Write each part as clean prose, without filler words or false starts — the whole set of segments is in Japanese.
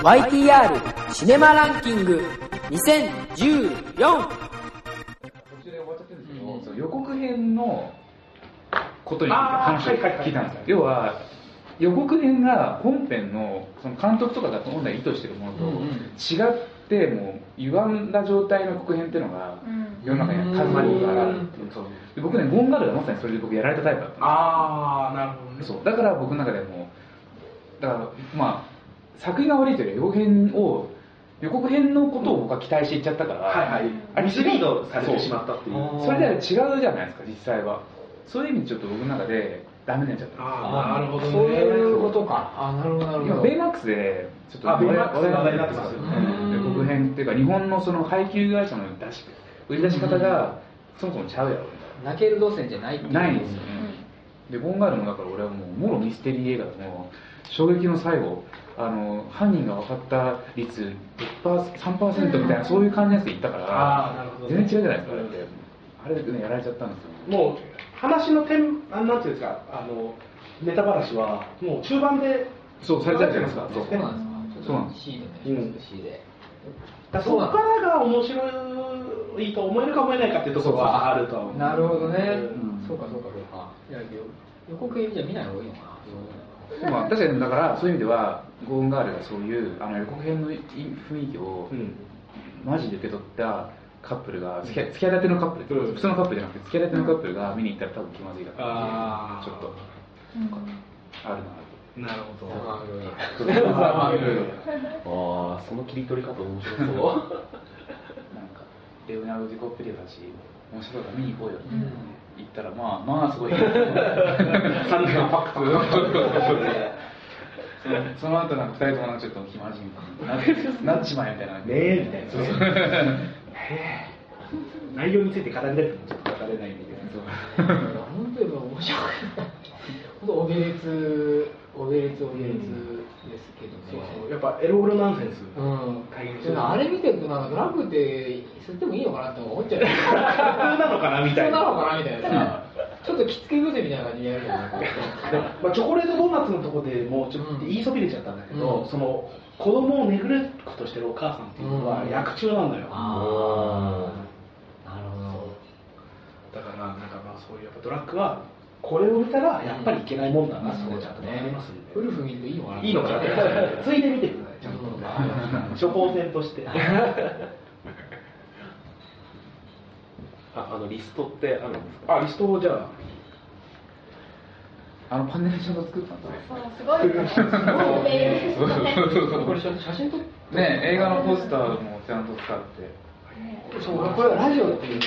YTR シネマランキング2014。 途中で終わっちゃってるんですけど、その予告編のことについて話を聞いたんですよ。要は予告編が本編のその監督とかが本来意図しているものと違ってもう歪んだ状態の予告編っていうのが世の中には数あるからで、僕ねゴンガールがまさにそれで僕やられたタイプだったんですよ。 ああ、なるほどね。 そうだから僕の中でもだからまあ作品が悪いというより予告編のことを僕は期待していっちゃったから、 はいはい、 あれミスリードされてしまったっていう。 それでは違うじゃないですか実際は。そういう意味でちょっと僕の中でダメになっちゃった。 ああ、なるほどね。 そういうことか。あ、なるほどなるほど。 今ベイマックスでちょっとベイマックスが話題になってますよね。 予告編っていうか日本のその配給会社の売り出し方がそもそもちゃうやろみたいな。 泣ける路線じゃないっていう。 ないんですよね。でボンガールもだから俺はもうもろミステリー映画でも衝撃の最後犯人が分かった率 3% みたいなそういう感じのやつで言ったから全然違うじゃないですか。あれでねやられちゃったんですよ。 もう話のなんていうんですか、ネタばらしはもう中盤でそうされちゃうじゃないですか。 そうなんですか。そうなんです。C でね。C で。 だそこからが面白いと思えるか思えないかっていうところはあるとは思う。 なるほどね。そうかそうかそうか。いや予告編じゃ見ない方がいいのかな。 まあ確かにだからそういう意味ではゴーンガールがそういう予告編の雰囲気をマジで受け取ったカップルが付き合いたてのカップル、普通のカップルじゃなくて付き合いたてのカップルが見に行ったら多分気まずいだろうってちょっとあるなと。 なるほど。 ああ、その切り取り方面白そう。 なんかレオナルド・ディコップリオだし面白いから見に行こうよって言ったらまあすごい 3年パックその後なんか2人ともなんかちょっと気まじいみたいななっちまえみたいなねえみたいな内容について語りたいってもちょっと語れないんだけど本当に面白い本当おべれつですけどね。 そうやっぱエログロナンセンス体現してる。あれ見てるとなんかドラッグって吸ってもいいのかなって思っちゃう。 普通なのかなみたいな。 普通なのかなみたいな。ちょっと着付け癖みたいな感じでやるじゃないまあチョコレートドーナツのとこでもうちょっと言いそびれちゃったんだけど、その子供をネグレクトしてるお母さんっていうのは役中なんだよ。 なるほど。 だからなんかまあそういうやっぱドラッグはこれを見たらやっぱりいけないもんだな、そうちゃんと分かりますんで。 ウルフ見るといいのかな。 いいのかなって。ついで見てください。ちゃんと処方箋として。 リストってあるんですか？ リストをじゃパネルちゃんと作ったんですね。 すごいこれ写真撮ってね、映画のポスターもちゃんと使って。 そうこれはラジオっていう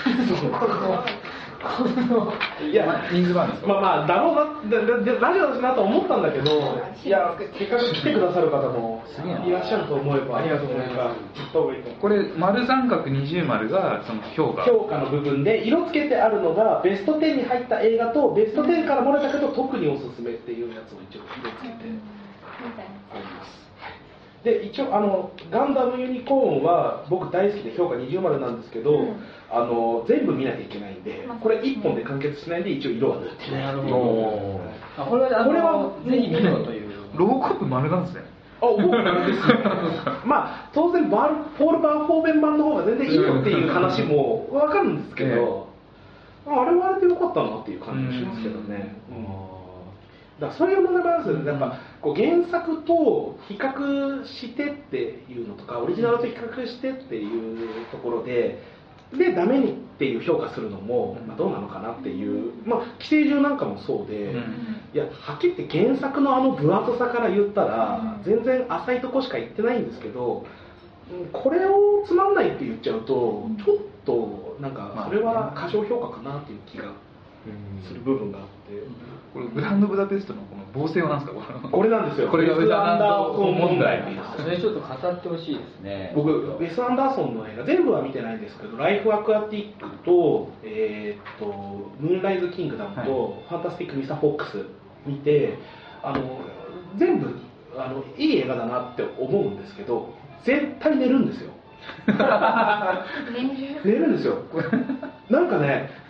いや人数版ですか？ まあだろうなラジオだなと思ったんだけど、いやせっかく来てくださる方もいらっしゃると思えば、ありがとうございます。 これ丸三角二重丸がその評価の部分で色付けてあるのがベスト10に入った映画とベスト10から漏れたけど特におすすめっていうやつを一応色付けてあります。で一応ガンダムユニコーンは僕大好きで評価20丸なんですけど、全部見なきゃいけないんで、これ1本で完結しないんで一応色は塗ってない。 なるほど。これはぜひ見ろという。 ロボコップ丸なんですね。 僕なんですよ。まあ当然ポール・バーフォーベン版の方が全然いいよっていう話も分かるんですけど、あれはあれでよかったなっていう感じがしますけどね。だからそういう問題もあるんですよ。やっぱこう原作と比較してっていうのとかオリジナルと比較してっていうところでダメにっていう評価するのも、どうなのかなっていう、寄生獣なんかもそうで、いやはっきり言って原作の分厚さから言ったら全然浅いとこしか言ってないんですけど、これをつまんないって言っちゃうとちょっとなんかそれは過小評価かなっていう気がする部分があって、 これグランドブダペストのこの防線は何ですか？ これなんですよ。 これがウェス・アンダーソン問題。 それちょっと語ってほしいですね。 僕ウェス・アンダーソンの映画全部は見てないんですけど、ライフ・アクアティックとムーンライズ・キングダムと、ファンタスティック・ミスター・フォックス見て、全部いい映画だなって思うんですけど、絶対寝るんですよ。寝るんですよ。なんかね、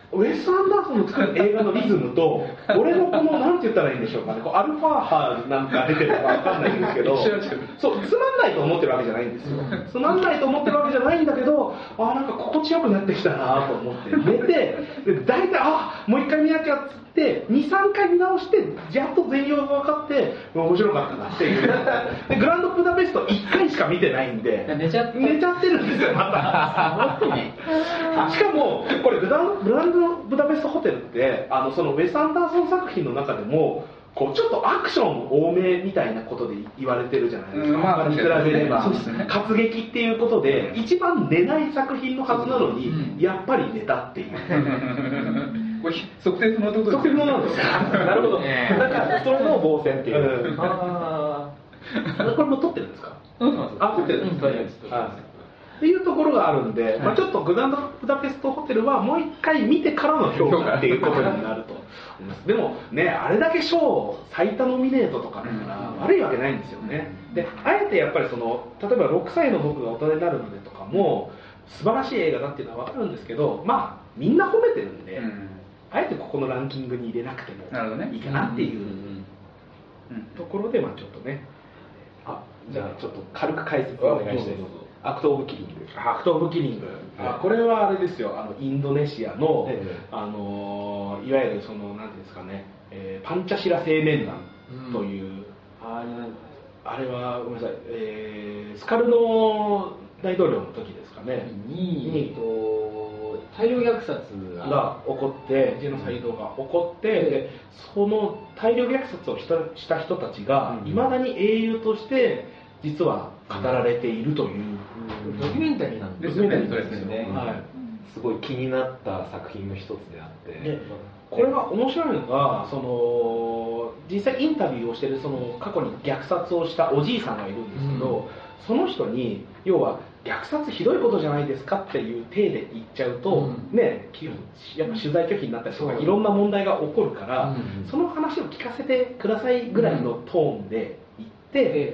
ウェス・アンダーソンの作る映画のリズムと俺のこのなんて言ったらいいんでしょうかね、こうアルファ波なんか出てるのか分かんないんですけどそうつまんないと思ってるわけじゃないんですよ、つまんないと思ってるわけじゃないんだけど、なんか心地よくなってきたなと思って寝て、で大体もう一回見なきゃっつって23回見直してやっと全容が分かって面白かったなっていうでグランドブダペスト1回しか見てないんで寝ちゃってるんですよまたしかもこれグランドブダペストホテルってそのウェス・アンダーソン作品の中でもこうちょっとアクション多めみたいなことで言われてるじゃないですか、 まあ、 比べれば、 そうですね、 活劇っていうことで一番寝ない作品のはずなのに、やっぱり寝たっていうこれ測定不能ってことです測定不能なんですよなるほど、だからそれの防戦っていう、 これも撮ってるんですか？撮ってるんですっていうところがあるんで、ちょっとグランドブダペストホテルはもう一回見てからの評価っていうことになるとでもね、あれだけ賞最多ノミネートとかだから悪いわけないんですよね。であえてやっぱり例えば6歳の僕が大人になるのでとかも素晴らしい映画だっていうのは分かるんですけど、みんな褒めてるんで、あえてここのランキングに入れなくてもいいかなっていうところでちょっとね、じゃあちょっと軽く解説をお願いして。アクト・オブ・キリング。アクト・オブ・キリング。これはあれですよ、インドネシアの、いわゆるなんていうんですかね、パンチャシラ青年団という、あれはごめんなさい、スカルノ大統領の時ですかね。に大量虐殺が起こって、ジェノサイドが起こって、でその大量虐殺をした人たちがいまだに英雄として実は語られているというドキュメンタリーなんですよね。 すごい気になった作品の一つであって、 これが面白いのが実際インタビューをしている過去に虐殺をしたおじいさんがいるんですけど、その人に要は虐殺ひどいことじゃないですかっていう体で言っちゃうと、ね、やっぱ取材拒否になったりとかいろんな問題が起こるから、その話を聞かせてくださいぐらいのトーンで言って、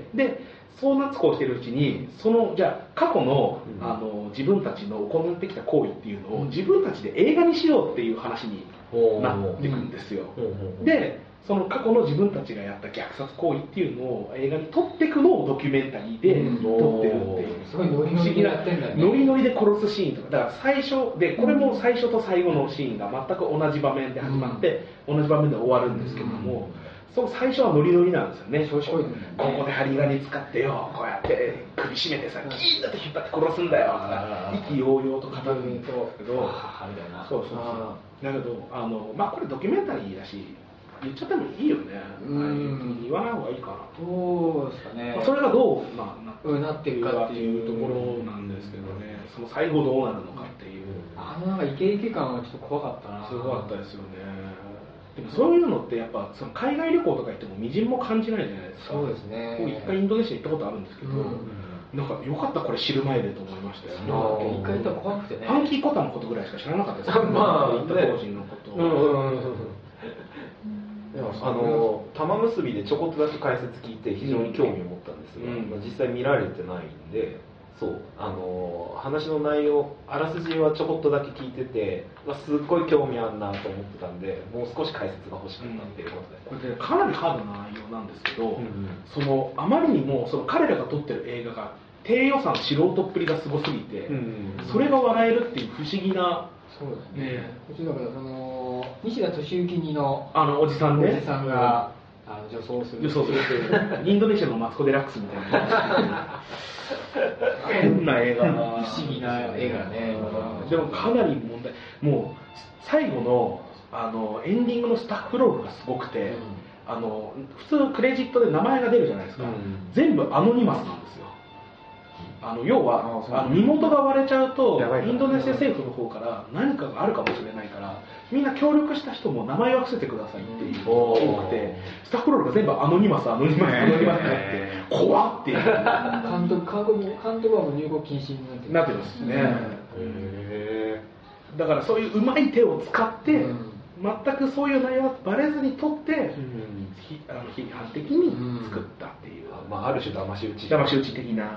でそうなってこうしてるうちにじゃあ過去の、自分たちの行ってきた行為っていうのを自分たちで映画にしようっていう話になっていくんですよ。でその過去の自分たちがやった虐殺行為っていうのを映画に撮っていくのをドキュメンタリーで撮ってるっていう、 すごいノリノリでやってんだね。 ノリノリで殺すシーンとかだから最初でこれも最初と最後のシーンが全く同じ場面で始まって、同じ場面で終わるんですけども、その最初はノリノリなんですよね。ここで針金使ってよ、こうやって首絞めてさ、ギーッと引っ張って殺すんだよとか意気揚々と語るんですけど、そうだけどこれドキュメンタリーだし言っちゃってもいいよね。言わない方がいいかな。 そうですかね。 それがどうなってるかっていうところなんですけどね。その最後どうなるのかっていう。 なんかイケイケ感はちょっと怖かったな。 すごかったですよね。でもそういうのってやっぱ海外旅行とか行ってもみじんも感じないじゃないですか。 そうですね。 僕一回インドネシア行ったことあるんですけど、なんかよかったこれ知る前でと思いましたよ。 一回行ったら怖くてね。 ファンキーコタのことぐらいしか知らなかったですけど、行った当時のこと。 玉結びでちょこっとだけ解説聞いて非常に興味を持ったんですが、実際見られてないんで、話の内容あらすじはちょこっとだけ聞いてて、すっごい興味あるなと思ってたんで、もう少し解説が欲しかったっていうことで、 これかなりハードな内容なんですけど、あまりにも彼らが撮ってる映画が低予算素人っぷりがすごすぎて、それが笑えるっていう不思議な。 そうですね。だから西田敏行似のおじさんね。 おじさんが女装する。 インドネシアのマツコ・デラックスみたいな。変な映画。 不思議な映画ね。 でもかなり問題。もう最後のエンディングのスタッフロールがすごくて、普通クレジットで名前が出るじゃないですか。全部アノニマスなんですよ。要は身元が割れちゃうとインドネシア政府の方から何かがあるかもしれないから、みんな協力した人も名前を伏せてくださいっていう多くて、スタッフロールが全部アノニマスってなって怖っていう。 監督はもう入国禁止になってますね。だからそういううまい手を使って全くそういう内容がバレずに撮って批判的に作ったっていう、 ある種騙し討ち的な感じなんですよね。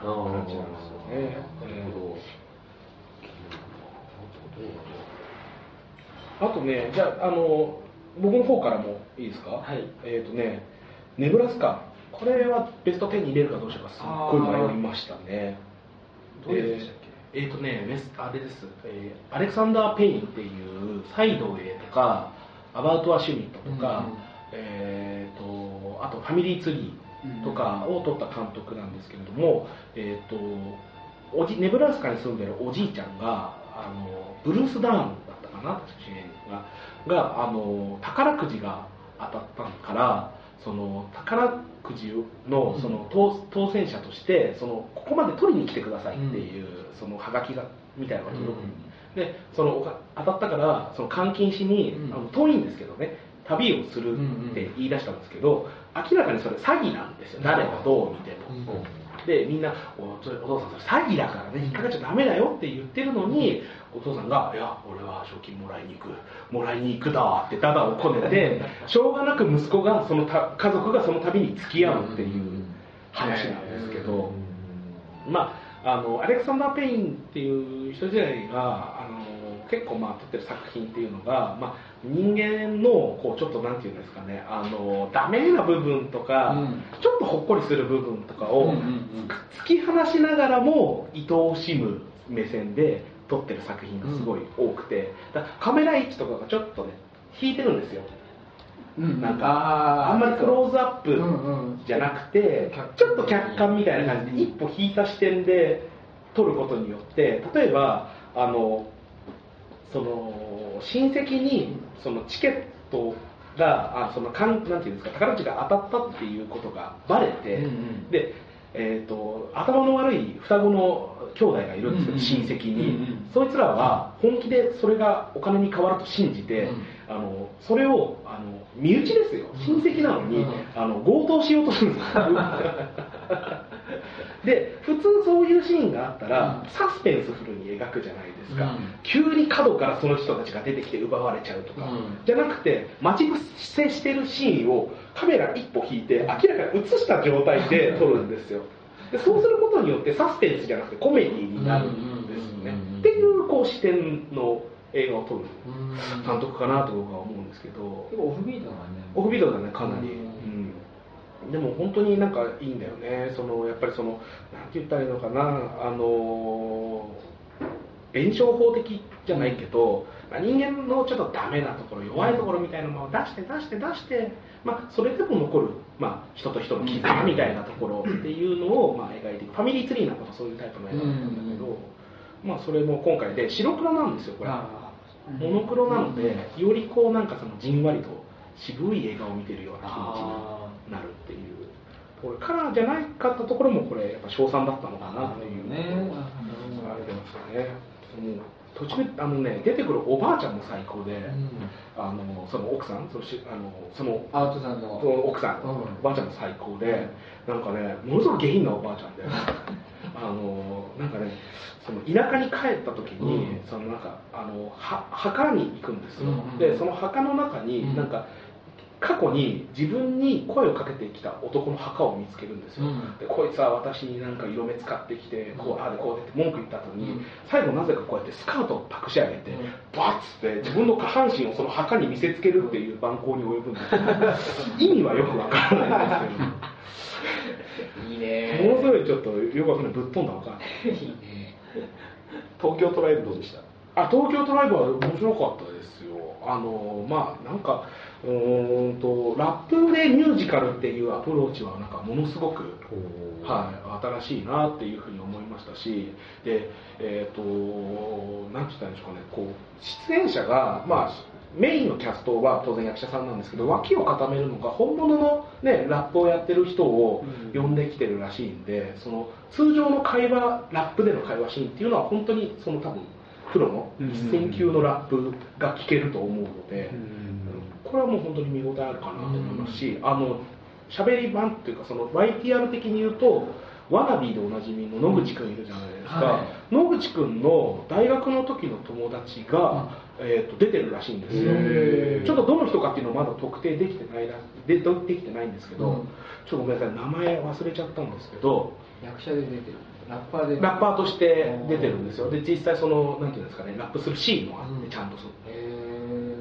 あとね、じゃあ、僕の方からもいいですか。 はい。 ネブラスカ、これはベスト10に入れるかどうしようかすっごい迷いましたね。 どういうやつでしたっけ？ あれです、アレクサンダー・ペインっていう「サイドウェイ」とか「アバウト・ア・シュミット」とか、あと「ファミリー・ツリー」とかを撮った監督なんですけれども、ネブラスカに住んでるおじいちゃんがブルース・ダーンだったかな、確か主演が宝くじが当たったからその宝くじのその当選者としてここまで取りに来てくださいっていうそのハガキがみたいなのが届くんで、当たったからその換金しに遠いんですけどね、旅をするって言い出したんですけど、明らかにそれ詐欺なんですよ、誰がどう見ても。でみんなお父さんそれ詐欺だからね、引っかかっちゃダメだよって言ってるのに、お父さんが「いや俺は賞金もらいに行くだ」ってダダをこねて、しょうがなく息子が家族がその旅に付き合うっていう話なんですけど、まあアレクサンダー・ペインっていう人自体が結構撮ってる作品っていうのが、人間のこうちょっとなんていうんですかね、ダメな部分とか、ちょっとほっこりする部分とかを突き放しながらも愛おしむ目線で撮ってる作品がすごい多くて、カメラ位置とかがちょっとね引いてるんですよ。なんかあんまりクローズアップじゃなくて、ちょっと客観みたいな感じで一歩引いた視点で撮ることによって、例えばその親戚にそのチケットがなんていうんですか、宝くじが当たったっていうことがバレて、で頭の悪い双子の兄弟がいるんですけど、親戚に、そいつらは本気でそれがお金に変わると信じて、それを身内ですよ、親戚なのに強盗しようとするんですよで普通そういうシーンがあったらサスペンスフルに描くじゃないですか、急に角からその人たちが出てきて奪われちゃうとか、じゃなくて待ち伏せしてるシーンをカメラ一歩引いて明らかに映した状態で撮るんですよ。でそうすることによってサスペンスじゃなくてコメディになるんですよね、っていう視点の映画を撮る監督かなと僕は思うんですけど、 結構オフビートだね。 オフビートだね、かなり。でも本当になんかいいんだよね。やっぱりなんて言ったらいいのかな、弁証法的じゃないけど、人間のちょっとダメなところ、弱いところみたいなものを出して、それでも残る、人と人の絆みたいなところっていうのを描いていく。ファミリーツリーなんかもそういうタイプの映画なんだけど、それも今回で白黒なんですよ、これ。モノクロなので、よりなんかじんわりと渋い映画を見てるような気持ちになるっていう。これカラーじゃないかったところもこれやっぱ賞賛だったのかなっていうね。あれでますよね。途中出てくるおばあちゃんも最高で、その奥さん、そのアウトさんの奥さん、おばあちゃんも最高で、なんかね、ものすごく下品なおばあちゃんで、なんかね、その田舎に帰った時に、墓に行くんですよ。で、その墓の中になんか過去に自分に声をかけてきた男の墓を見つけるんですよ、でこいつは私になんか色目使ってきてこうああでこうでって文句言った後に、最後なぜかこうやってスカートをパクし上げて、バッつって自分の下半身をその墓に見せつけるっていう蛮行に及ぶんですけど意味はよくわからないんですけどいいね、ものすごいちょっとよくわかんないぶっ飛んだおかいいね。 東京トライブどうでした？ 東京トライブは面白かったですよ。なんかラップでミュージカルっていうアプローチはなんかものすごく、新しいなっていうふうに思いましたし、でなんて言ったんでしょうかね、出演者がメインのキャストは当然役者さんなんですけど、脇を固めるのが本物の、ね、ラップをやってる人を呼んできてるらしいんで、その通常の会話、ラップでの会話シーンっていうのは本当に多分プロの一線級のラップが聞けると思うので、これはもう本当に見応えあるかなと思いますし、喋り版っていうかYTR 的に言うとワナビーでおなじみの野口くんいるじゃないですか、野口くんの大学の時の友達が、出てるらしいんですよ。ちょっとどの人かっていうのはまだ特定できてないんですけど、ちょっとごめんなさい、名前忘れちゃったんですけど、 役者で出てる、ラッパーでラッパーとして出てるんですよ。で実際なんていうんですかね、ラップするシーンもあって、ちゃんと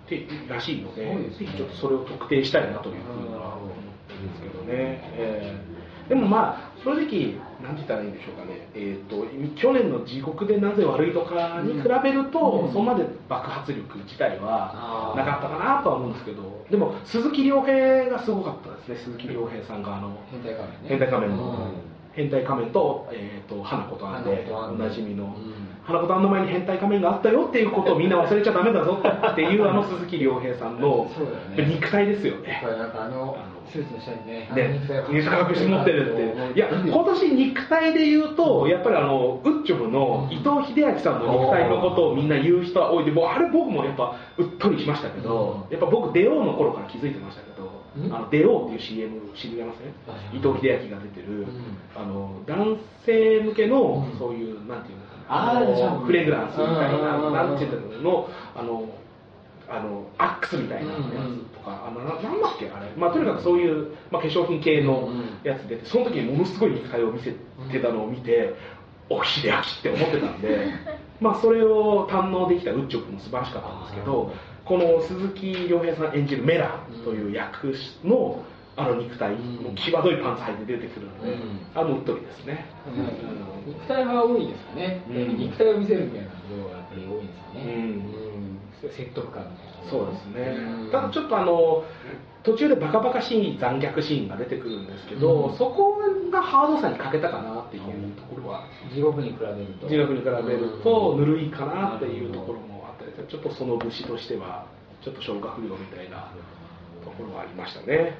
てらしいので、 そうですねぜひちょっとそれを特定したいなというふうには思ってるんですけどね。でもまあ正直何て言ったらいいんでしょうかね、去年の地獄でなぜ悪いとかに比べると、そこまで爆発力自体はなかったかなとは思うんですけど、でも鈴木亮平がすごかったですね。鈴木亮平さんが変態仮面ね。 変態仮面の、変態仮面と、花子とアンでおなじみの、花子とアンの前に変態仮面があったよっていうことをみんな忘れちゃダメだぞっていう鈴木亮平さんの肉体ですよね。 なんかスーツの下にね、 肉体隠し持ってるって。いや、今年肉体で言うと、やっぱりウッチョムの伊藤英明さんの肉体のことをみんな言う人は多いで、あれ僕もやっぱうっとりしましたけど、やっぱ僕出ようの頃から気づいてましたけど、出ようっていう CM 知りません？伊藤英明が出てる、男性向けのそういうなんていうのフレグランスみたいな、なんていうのアックスみたいなやつとか、なんだっけあれ、とにかくそういう、化粧品系のやつで、その時にものすごい肉体を見せてたのを見て、お秀明って思ってたんで、それを堪能できたウッチョ君も素晴らしかったんですけど、この鈴木亮平さん演じるメラという役の肉体、際どいパンツ履いて出てくるので、うっとりですね。 肉体が多いですかね。肉体を見せるみたいなのがやっぱり多いんですよね。説得感みたいな。 そうですね。ただちょっと途中でバカバカしい残虐シーンが出てくるんですけど、そこがハードさに欠けたかなっていうところは、 地獄に比べるとぬるいかなっていうところもあったり、ちょっとその節としてはちょっと消化不良みたいなところはありましたね。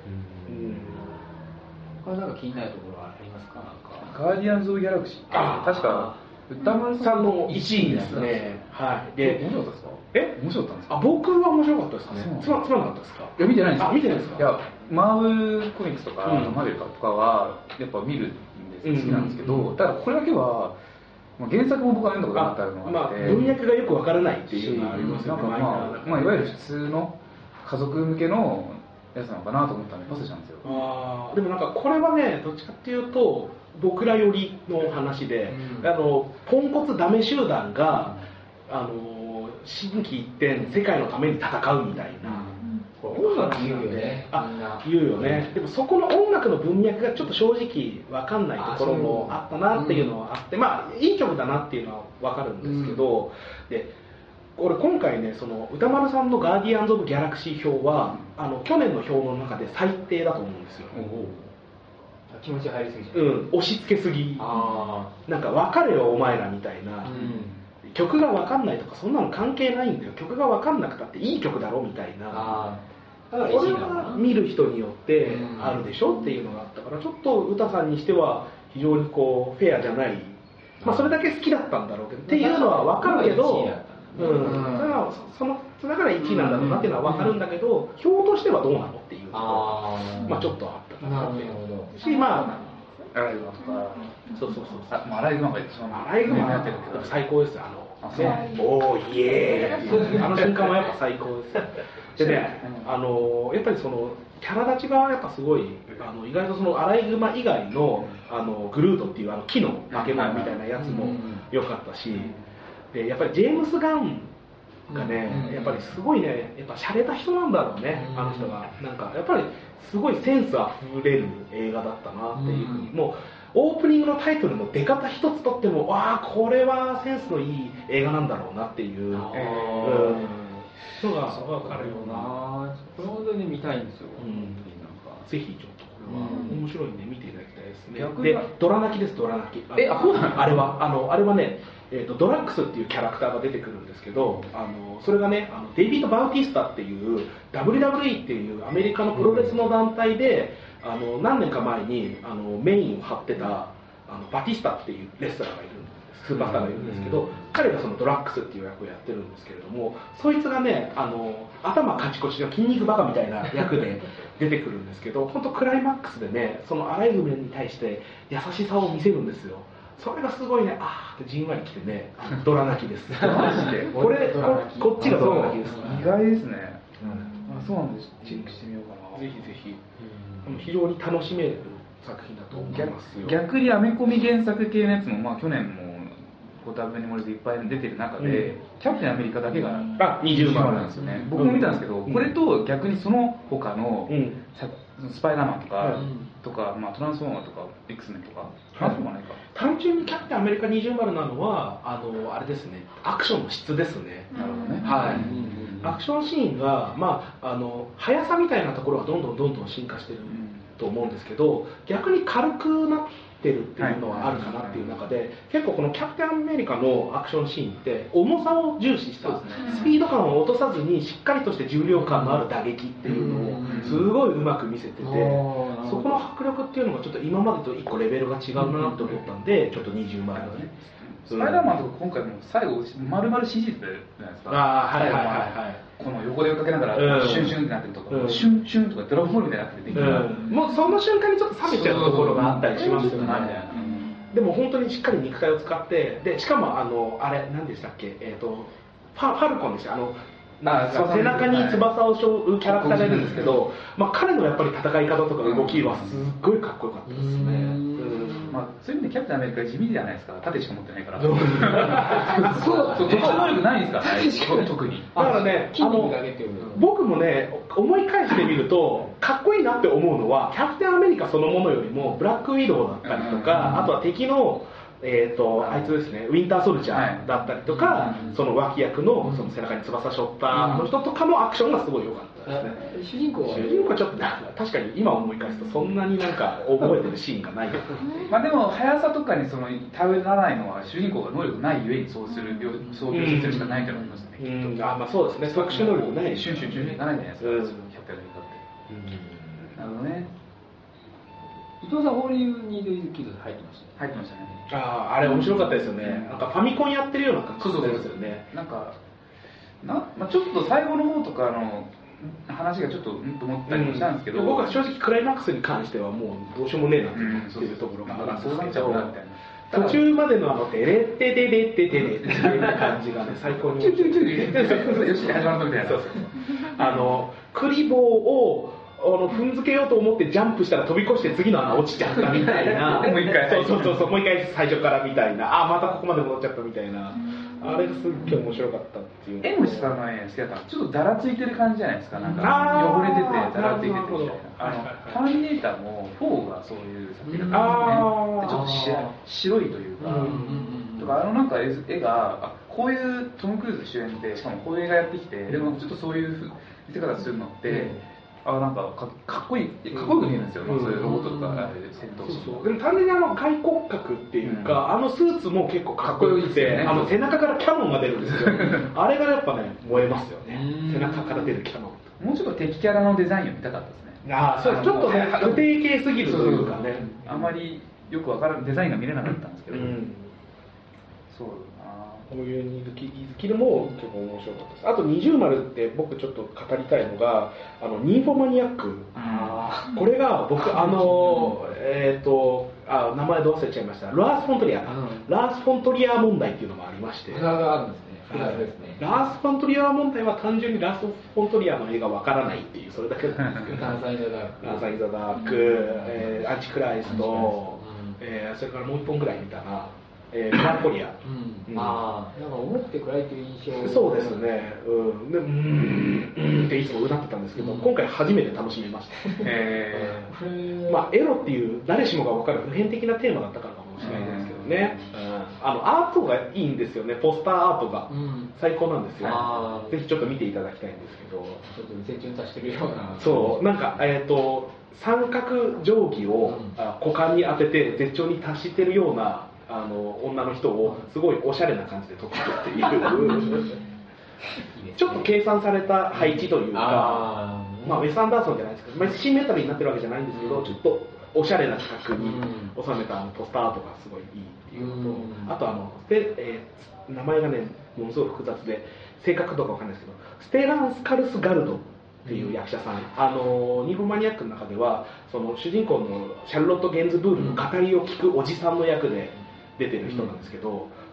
他なんか気になるところはありますか？ ガーディアンズ・オブ・ギャラクシー、確か歌丸さんの1位ですね。はい。で、 面白かったですか？面白かったんですか？ 僕は面白かったですね。つまんなかったですか？ いや、見てないんですよ。 見てないですか？ いや、マーブルコミックスとか、マーベルとかはやっぱ見るんです、好きなんですけど、ただこれだけは原作も僕は読んだことなかったのがあって、 文脈がよくわからないっていうのがありますよね。 いわゆる普通の家族向けのやつなのかなと思ったんでパスしたんですよ。 でもなんかこれはね、どっちかっていうと僕ら寄りの話で、ポンコツダメ集団が心機一転世界のために戦うみたいな、 音楽言うよね。 言うよね。でもそこの音楽の文脈がちょっと正直分かんないところもあったなっていうのはあって、いい曲だなっていうのは分かるんですけど、で俺今回ね、その歌丸さんのガーディアンズ・オブ・ギャラクシー表は去年の表の中で最低だと思うんですよ。 気持ち入りすぎちゃう。押し付けすぎ。なんか分かれよお前らみたいな。曲が分かんないとかそんなの関係ないんだよ。曲が分かんなくたっていい曲だろみたいな。これは見る人によってあるでしょっていうのがあったから、ちょっと歌さんにしては非常にフェアじゃない。それだけ好きだったんだろうけどっていうのは分かるけど。だから1位なんだろうなっていうのは分かるんだけど、表としてはどうなのっていうのがちょっとあったかなっていうし、 アライグマとか、アライグマが一番アライグマやってるけど最高ですよ。おーイエーイ、瞬間はやっぱ最高ですでね、やっぱりそのキャラ立ちがやっぱすごい、意外とそのアライグマ以外のグルートっていう木の化け物みたいなやつも良かったし、でやっぱりジェームス・ガンがね、やっぱりすごいね、やっぱ洒落た人なんだろうね、あの人が。なんかやっぱりすごいセンスあふれる映画だったなっていうふうに、もうオープニングのタイトルの出方一つとっても、わあこれはセンスのいい映画なんだろうなっていうのが分かるような。 これ本当に見たいんですよ。 ぜひちょっとこれは面白いんで見ていただきたいですね。でドラ泣きです、ドラ泣き。あれはね、ドラックスっていうキャラクターが出てくるんですけど、それがね、デイビッド・バウティスタっていう WWE っていうアメリカのプロレスの団体で何年か前にメインを張ってたバティスタっていうレスラーがいるんです、スーパースターがいるんですけど、彼がそのドラックスっていう役をやってるんですけれども、そいつがね頭カチコチの筋肉バカみたいな役で出てくるんですけど、本当クライマックスでね、そのアライグマに対して優しさを見せるんですよ。それがすごいね、あーってじんわりきてね、ドラ泣きです。マジで。こっちがドラ泣きです。 意外ですね。そうなんです。チェックしてみようかな。 ぜひぜひ。非常に楽しめる作品だと思いますよ。 逆にアメコミ原作系のやつも、去年もダブルにモリズいっぱい出てる中で、キャプテンアメリカだけが 20 丸なんですよね。僕も見たんですけど、これと逆にその他のスパイダーマンとか、まあ、トランスフォーマーとか X メンとか、あともないか。 単純にキャプテンアメリカ20丸なのはあれですね、アクションの質ですね。 なるほどね。 はい。アクションシーンが、まあ、速さみたいなところはどんどん進化してると思うんですけど、逆に軽くなってるっていうのはあるかなっていう中で、結構このキャプテンアメリカのアクションシーンって重さを重視したスピード感を落とさずにしっかりとして重量感のある打撃っていうのをすごいうまく見せてて、そこの迫力っていうのがちょっと今までと一個レベルが違うなと思ったんで、ちょっと20万円ね。 スパイダーマンとか今回も最後丸々 CG ってじゃないですか。 はいはいはいはい。 この横で追いかけながらシュンシュンってなってるとか、シュンシュンとかドラゴンボールみたいになっててできる。 もうその瞬間にちょっと冷めちゃうところがあったりしますよね。でも本当にしっかり肉体を使って、でしかもあれ何でしたっけ、ファルコンでした。背中に翼を背負うキャラクターがいるんですけど、まあ、彼のやっぱり戦い方とか動きはすっごいかっこよかったですね。 まあ、そういう意味でキャプテンアメリカ地味じゃないですか。盾しか持ってないから。そう特殊能力ないんですかね。特に。 だからね、僕もね思い返してみるとかっこいいなって思うのはキャプテンアメリカそのものよりもブラックウィドウだったりとか、あとは敵のあいつですね、ウィンターソルジャーだったりとか、その脇役のその背中に翼しょったの人とかのアクションがすごい良かったですね。 主人公はちょっと確かに今思い返すとそんなになんか覚えてるシーンがないまあでも速さとかに頼らないのは主人公が能力ないゆえにそう描写するしかないと思いますね。 まあそうですね、特殊能力ないシュンシュンシュンいかないじゃないですか、キャプテンアメリカって。なるほどね。 伊藤さん、ホーリーニード・イズ・キッド入ってましたね。 入ってましたね。 あれ面白かったですよね。なんかファミコンやってるような感じですよね。 なんかまあ、ちょっと最後の方とかの話がちょっとと思ったりもしたんですけど、 僕は正直クライマックスに関してはもうどうしようもねえなっていうところがあるんですけど、途中までのテレッテテレッテテレっていう感じがね、最高によし始まるみたいな。クリボーを踏んづけようと思ってジャンプしたら飛び越して次の穴落ちちゃったみたいな。 もう一回もう一回最初からみたいな。またここまで戻っちゃったみたいな。あれがすっげえ面白かったっていう。 江口さんの絵好きだったのちょっとだらついてる感じじゃないですか。なんか汚れててだらついててみたいな。ターミネーターも4がそういう作品だったんですね。ちょっと白いというか、とかなんか絵がこういうトム・クルーズ主演でしかもこういう映画やってきて、でもちょっとそういう見せ方するのって。なんかかっこいいかっこよく見えるんですよ、そういうロボットとか戦闘シーン。 でも単純に外骨格っていうか、スーツも結構かっこよくて、背中からキャノンが出るんですよ。あれがやっぱね燃えますよね。背中から出るキャノン。 もうちょっと敵キャラのデザインを見たかったですね。 そうちょっとね不定形すぎるというかね、 あまりよくわからんデザインが見れなかったんですけど、そうこういうニーズキルも結構面白かったです。あと20丸って僕ちょっと語りたいのがニーフォマニアック。これが僕名前ど忘れちゃいました。ラース・フォントリア問題っていうのもありまして。 あるんですね。 ラース・フォントリア問題は単純にラース・フォントリアの映画わからないっていうそれだけなんですけど。 ダンサイ・ザ・ダーク、アンチクライスト、それからもう一本ぐらい見たな。メランコリア。 なんか重くて暗いという印象。 そうですね。っていつもうなってたんですけど、今回初めて楽しめました。まあエロっていう誰しもが分かる普遍的なテーマだったからかもしれないですけどね。アートがいいんですよね。ポスターアートが最高なんですよ。ぜひちょっと見ていただきたいんですけど。 ちょっと成長させてるような。 そうなんか三角定規を股間に当てて絶頂に達してるような。女の人をすごいおしゃれな感じで撮ってるっていうちょっと計算された配置というか、まあウェス・アンダーソンじゃないですけど、シンメタリーになってるわけじゃないんですけど、ちょっとおしゃれな企画に収めたポスターアートがすごいいいっていうのと、あと名前がねものすごく複雑で正確度かわかんないですけど、ステランス・カルス・ガルドっていう役者さん、ニーフォマニアックの中ではその主人公のシャルロット・ゲンズブールの語りを聞くおじさんの役で出てる人なんですけど、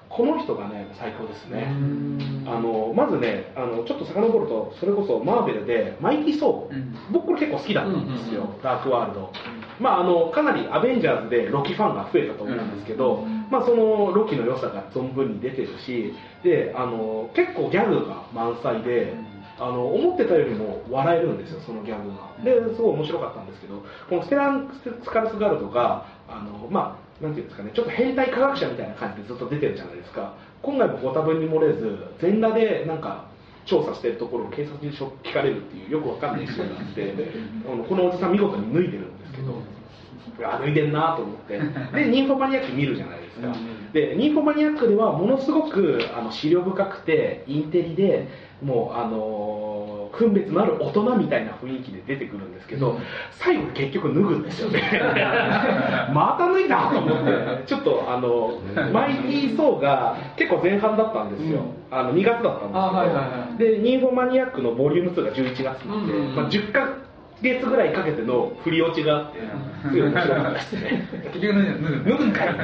この人がね最高ですね。まずねちょっと遡るとそれこそマーベルでマイティー・ソー、僕これ結構好きだったんですよ、ダークワールド。かなりアベンジャーズでロキファンが増えたと思うんですけど、そのロキの良さが存分に出てるし、で結構ギャグが満載で、思ってたよりも笑えるんですよ、そのギャグが。ですごい面白かったんですけど、このステラン・スカルスガルドがなんていうんですかね、ちょっと変態科学者みたいな感じでずっと出てるじゃないですか。今回もご多分に漏れず全裸でなんか調査してるところを警察に聞かれるっていうよくわかんないシーンがあってこのおじさん見事に脱いでるんですけど、脱いでんなと思ってでニンフォマニアック見るじゃないですか。でニンフォマニアックではものすごく思慮深くてインテリでもう分別のある大人みたいな雰囲気で出てくるんですけど、最後結局脱ぐんですよねまた脱いだと思ってちょっとマイティー・ソーが結構前半だったんですよ、2月だったんですけど、でニンフォマニアックのボリューム2が11月なんで、10ヶ月ぐらいかけての振り落ちがあってすごい面白かったですね結局脱ぐんかい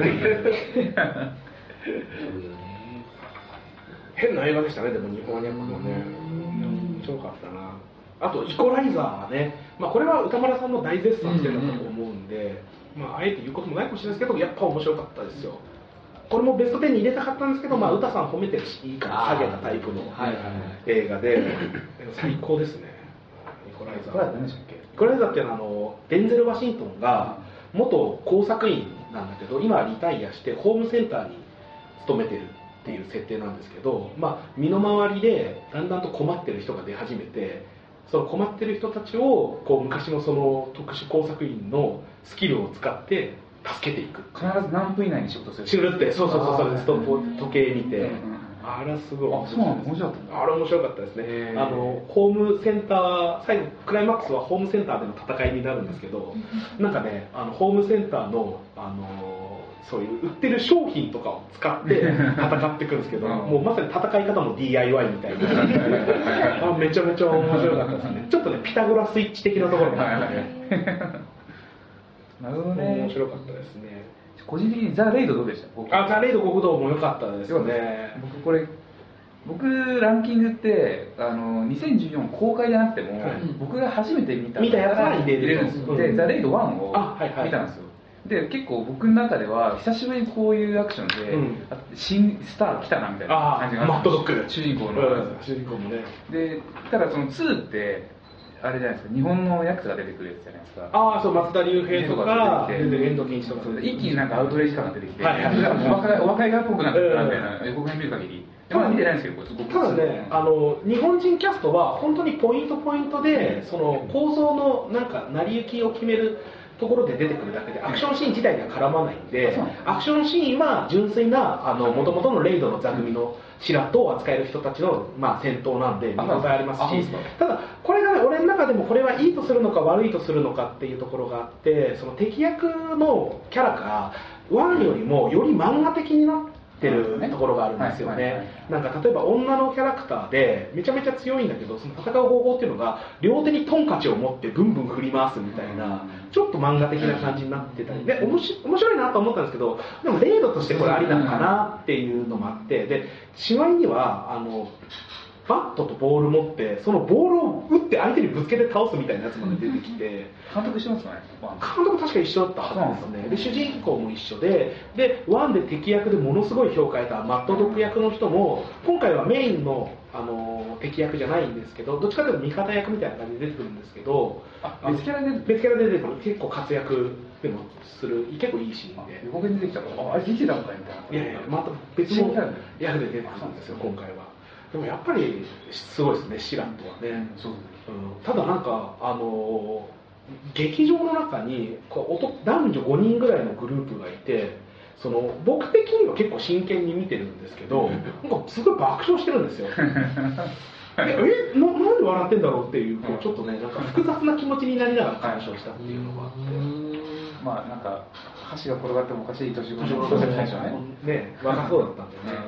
変な映画でしたね。でもニンフォマニアックもね面白かったな。あとイコライザーはね、これは歌丸さんの大絶賛してたと思うんで、あえて言うこともないかもしれないですけど、やっぱ面白かったですよ。これもベスト10に入れたかったんですけど、歌さん褒めてるしいいから下げたタイプの映画で最高ですね。イコライザー。イコライザーっていうのはデンゼル・ワシントンが元工作員なんだけど、今はリタイアしてホームセンターに勤めてるっていう設定なんですけど、身の回りでだんだんと困ってる人が出始めて、その困ってる人たちを昔のその特殊工作員のスキルを使って助けていく。 必ず何分以内に仕事するって、そう時計見て、あれはすごい面白かったです。あれ面白かったですね。ホームセンター最後クライマックスはホームセンターでの戦いになるんですけど、なんかねホームセンターのそういう売ってる商品とかを使って戦っていくんですけど、もうまさに戦い方も DIY みたいなめちゃめちゃ面白かったですね。ちょっとねピタゴラスイッチ的なところがあってねなるほどね、 面白かったですね。 個人的にザ・レイドどうでした？ ザ・レイド極道も良かったですよね。 僕ランキングって2014公開じゃなくても、僕が初めて見たやつは入れるんですよ。でザ・レイド1を見たんですよ。で結構僕の中では久しぶりにこういうアクションで、新スター来たなみたいな感じがマッドドッグ主人公もね。 でただその2ってあれじゃないですか、日本のヤクザが出てくるやつじゃないですか。 そう松田龍平とか遠藤健一とか一気になんかアウトレイジ感が出てきて、お若いがっぽくなってたみたいな予告編見る限り。見てないんですけど、 ただね日本人キャストは本当にポイントでその構造のなんか成り行きを決めるところで出てくるだけでアクションシーン自体には絡まないんで、アクションシーンは純粋なもともとのレイドの座組の白戸を扱える人たちの戦闘なんで見応えありますし、ただこれがね俺の中でもこれはいいとするのか悪いとするのかっていうところがあって、その敵役のキャラが1よりもより漫画的になっててるところがあるんですよね。なんか例えば女のキャラクターでめちゃめちゃ強いんだけど、その戦う方法っていうのが両手にトンカチを持ってブンブン振り回すみたいなちょっと漫画的な感じになってたりで面白いなと思ったんですけど、でもレイドとしてこれありなのかなっていうのもあって、でしまいにはバットとボール持ってそのボールを打って相手にぶつけて倒すみたいなやつまで出てきて監督してますかね。 監督確か一緒だったはずですね。で主人公も一緒で1で敵役でものすごい評価を得たマッドドッグ役の人も今回はメインの敵役じゃないんですけど、どっちかというと味方役みたいな感じで出てくるんですけど、 別キャラで出てくる結構活躍でもする結構いいシーンで、 予告に出てきたからあれ出てたのかみたいな。 いやまた別の役で出てくるんですよ今回は。でもやっぱりすごいですね、シラットはね。ただなんか劇場の中に男女5人ぐらいのグループがいて、その僕的には結構真剣に見てるんですけど、なんかすごい爆笑してるんですよなんで笑ってんだろうっていう、ちょっとねなんか複雑な気持ちになりながら鑑賞したっていうのがあって、 なんか箸が転がってもおかしい年頃の人たちはね若そうだったんでね。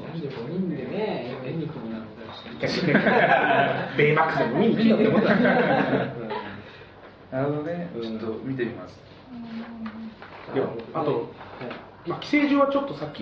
5人でね、演劇もなるベイマックスでも見に来ようって思ったんですよ。 なるほどね、ちょっと見てみます。 あと、寄生獣はちょっとさっき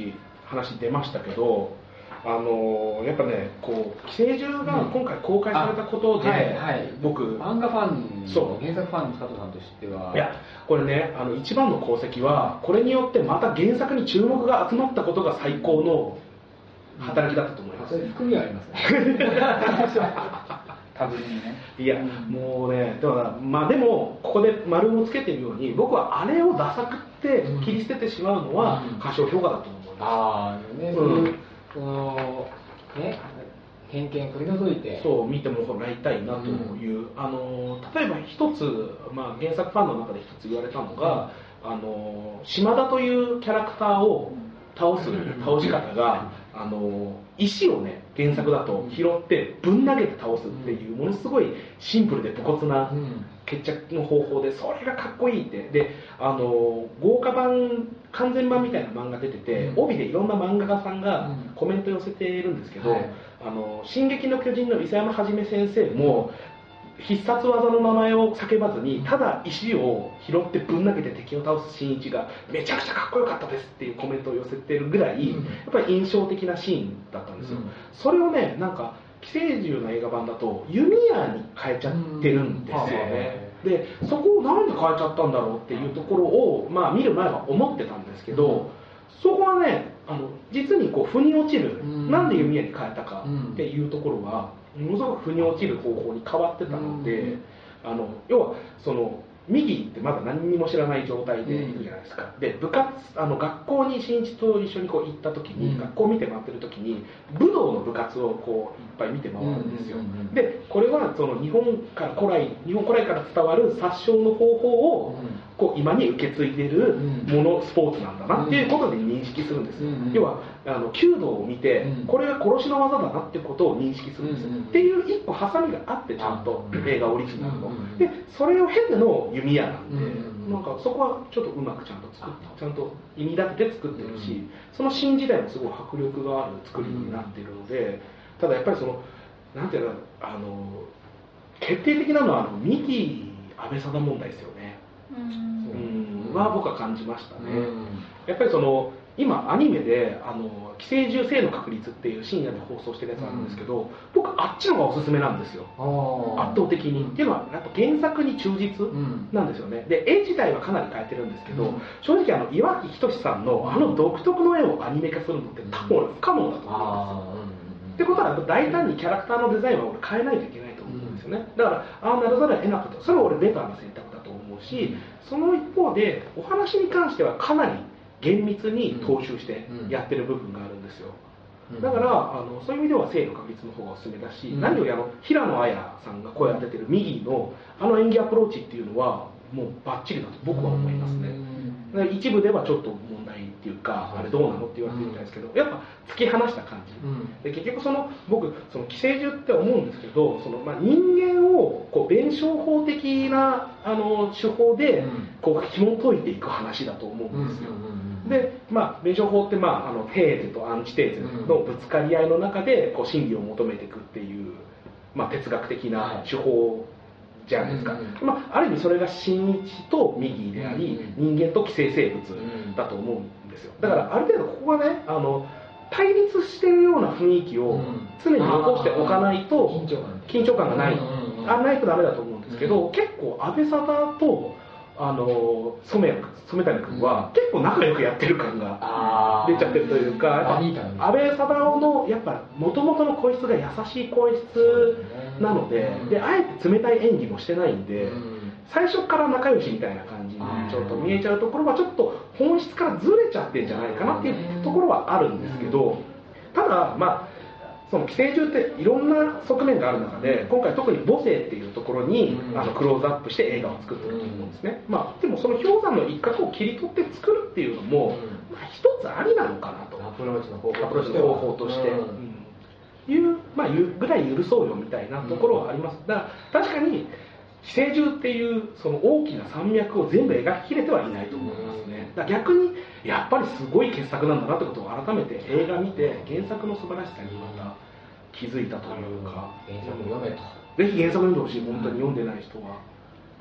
話出ましたけど、やっぱね、こう寄生獣が今回公開されたことで、僕漫画ファン、原作ファンの佐藤さんとしては、 いやこれね、一番の功績はこれによってまた原作に注目が集まったことが最高の働きだったと思います。 それ含みはありますね。 多分にね。 いや、もうね、だからまあでもここで丸をつけてるように、僕はあれをダサくって切り捨ててしまうのは過小評価だと思います。 そのね、偏見取り除いてそう見てもらいたいなという、例えば一つ、原作ファンの中で一つ言われたのが、島田というキャラクターを倒し方が、石をね原作だと拾ってぶん投げて倒すっていうものすごいシンプルで武骨な決着の方法で、それがかっこいいって。で豪華版完全版みたいな漫画出てて、帯でいろんな漫画家さんがコメント寄せてるんですけど、進撃の巨人の諫山はじめ先生も必殺技の名前を叫ばずに、ただ石を拾ってぶん投げて敵を倒す新一がめちゃくちゃかっこよかったですっていうコメントを寄せてるぐらい、やっぱり印象的なシーンだったんですよ。それをね、なんか寄生獣の映画版だと弓矢に変えちゃってるんですよね。でそこをなんで変えちゃったんだろうっていうところを、見る前は思ってたんですけど、そこはね、実にこう腑に落ちる、なんで弓矢に変えたかっていうところがものすごく腑に落ちる方法に変わってたので、要はその右ってまだ何にも知らない状態で行くじゃないですか。で学校に新一と一緒にこう行った時に、学校を見て回ってる時に武道の部活をこういっぱい見て回るんですよ。でこれはその日本古来から伝わる殺傷の方法をこう今に受け継いでるスポーツなんだなっていうことで認識するんですよ。要は弓道を見てこれが殺しの技だなってことを認識するんですよ。っていう一個ハサミがあって、ちゃんと映画オリジナルのでそれを経ての弓矢なんで、なんかそこはちょっとうまくちゃんとちゃんと意味立てて作ってるし、その新時代もすごい迫力がある作りになっているので、ただやっぱりそのなんていうの、決定的なのは三木安倍貞問題ですよね。は僕は感じましたね。やっぱりその今アニメで寄生獣性の確率っていう深夜で放送してるやつあるんですけど、僕あっちの方がおすすめなんですよ、圧倒的に。っていうのはやっぱ原作に忠実なんですよね。で絵自体はかなり変えてるんですけど、正直岩城仁さんの独特の絵をアニメ化するのって多分不可能だと思うんですよ。ってことは大胆にキャラクターのデザインは俺変えないといけないと思うんですよね。だからならざるを得なかった。それは俺ベターな選択だと思うし、その一方でお話に関してはかなり厳密に踏襲してやってる部分があるんですよ。だからそういう意味では性の確率の方がおすすめだし、何より平野綾さんが声を当ててる右の演技アプローチっていうのはもうバッチリだと僕は思いますね。一部ではちょっと問題っていうか、あれどうなのって言われてるみたいですけど、やっぱ突き放した感じ、で結局僕寄生獣って思うんですけど、人間をこう弁証法的な手法でこう紐解いていく話だと思うんですよ。で弁証法ってテーゼとアンチテーゼのぶつかり合いの中でこう真理を求めていくっていう、哲学的な手法じゃないですか。ある意味それが新一と右であり、人間と寄生生物だと思うんですよ。だからある程度ここがね対立してるような雰囲気を常に残しておかないと緊張感がないとダメだと思うんですけど、結構安倍貞と染谷君は結構仲良くやってる感が出ちゃってるというか、安倍貞夫のやっぱ元々の声質が優しい声質なので、あえて冷たい演技もしてないんで、最初から仲良しみたいな感じにちょっと見えちゃうところはちょっと本質からずれちゃってんじゃないかなっていうところはあるんですけど、ただその寄生獣っていろんな側面がある中で、今回特に母性っていうところにクローズアップして映画を作ってると思うんですね。でもその氷山の一角を切り取って作るっていうのも一つありなのかなと、アプローチの方法としていうぐらい許そうよみたいなところはあります。だから確かに寄生獣っていうその大きな山脈を全部描ききれてはいないと思いますね。だから逆にやっぱりすごい傑作なんだなってことを改めて映画見て原作の素晴らしさにまた気づいたというか、 原作読めと。 ぜひ原作読んでほしい。本当に読んでない人は。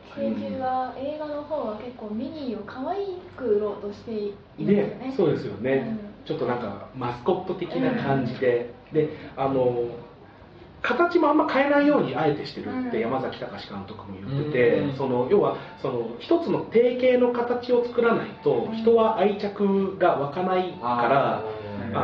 寄生獣は映画の方は結構ミニーを可愛く売ろうとしているんですよね。 そうですよね、ちょっとなんかマスコット的な感じで、で形もあんま変えないようにあえてしてるって山崎隆監督も言ってて、要は一つの定型の形を作らないと人は愛着が湧かないから、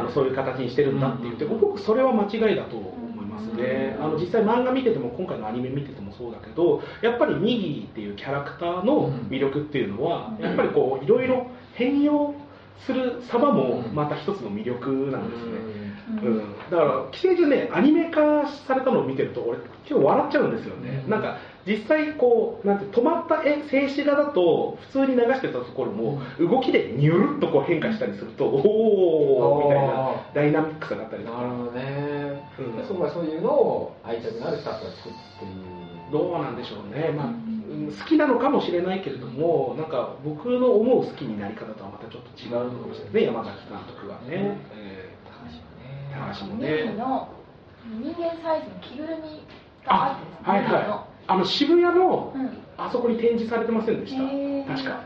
そういう形にしてるんだって言って、僕それは間違いだと思いますね。実際漫画見てても今回のアニメ見ててもそうだけど、やっぱりミギーっていうキャラクターの魅力っていうのはやっぱりこういろいろ変容する様もまた一つの魅力なんですね。だから寄生獣ね、アニメ化されたのを見てると俺結構笑っちゃうんですよね。なんか実際こうなんて止まった静止画だと普通に流してたところも動きでニュルっとこう変化したりするとおおみたいなダイナミックさがあったりとか。 なるほどね。そういうのを愛着のあるスタッフが作っている。 どうなんでしょうね。好きなのかもしれないけれども、なんか僕の思う好きになり方とはまたちょっと違うのかもしれないね、山崎監督はね。 高橋もね。の人間サイズの着ぐるみがあるんですね。 渋谷のあそこに展示されてませんでした。確か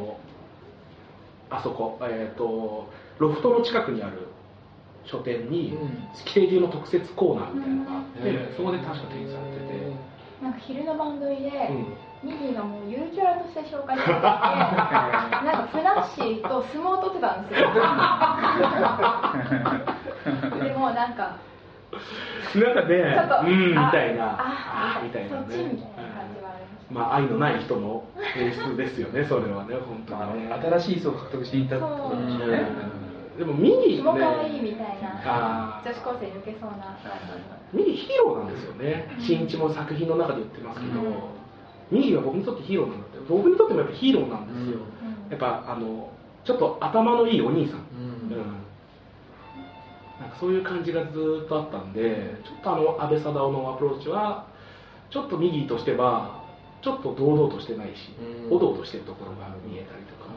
あそこロフトの近くにある書店に寄生獣の特設コーナーみたいなのがあって、そこで確か展示されてて、 なんか昼の番組でミギーがもうゆるキャラとして紹介されていて、なんかフラッシーと相撲を取ってたんですよ。でもなんかね、ちょっとみたいな、 そっちみたいな感じはありまあ愛のない人の演出ですよね、それはね、本当にね。 新しい層を獲得していったってことですね。 でもミニーね、可愛いみたいな、女子高生抜けそうな感じ。 ミニヒーローなんですよね。新一も作品の中で言ってますけど、ミニは僕にとってヒーローなんだって。僕にとってもやっぱヒーローなんですよ。やっぱちょっと頭のいいお兄さん。なんかそういう感じがずっとあったんで、ちょっと安倍貞夫のアプローチはちょっとミギーとしてはちょっと堂々としてないし、おどおどしてるところが見えたりとか、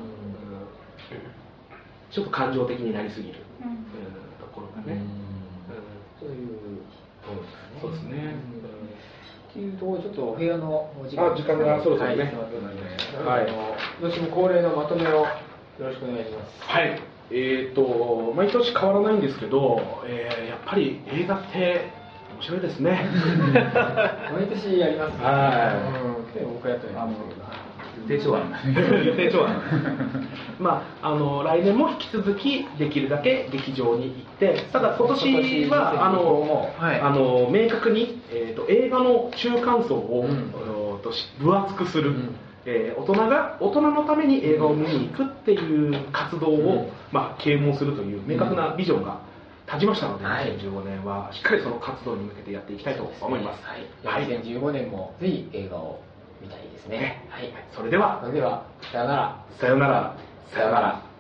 ちょっと感情的になりすぎるところがね、 そういうところですね。 そうですね。 っていうところでちょっとお部屋の時間がそろそろね。 はい。どうしても恒例のまとめをよろしくお願いします。 はい。毎年変わらないんですけど、やっぱり映画って面白いですね。 毎年やりますね。はい。僕やってる。 定調案。 定調案。来年も引き続きできるだけ劇場に行って、ただ今年は明確に映画の中間層を分厚くする。大人のために映画を見に行くっていう活動を啓蒙するという明確なビジョンが立ちましたので、2015年はしっかりその活動に向けてやっていきたいと思います。 2015年もぜひ映画を見たいですね。 それではさよなら。 さよなら。さよなら。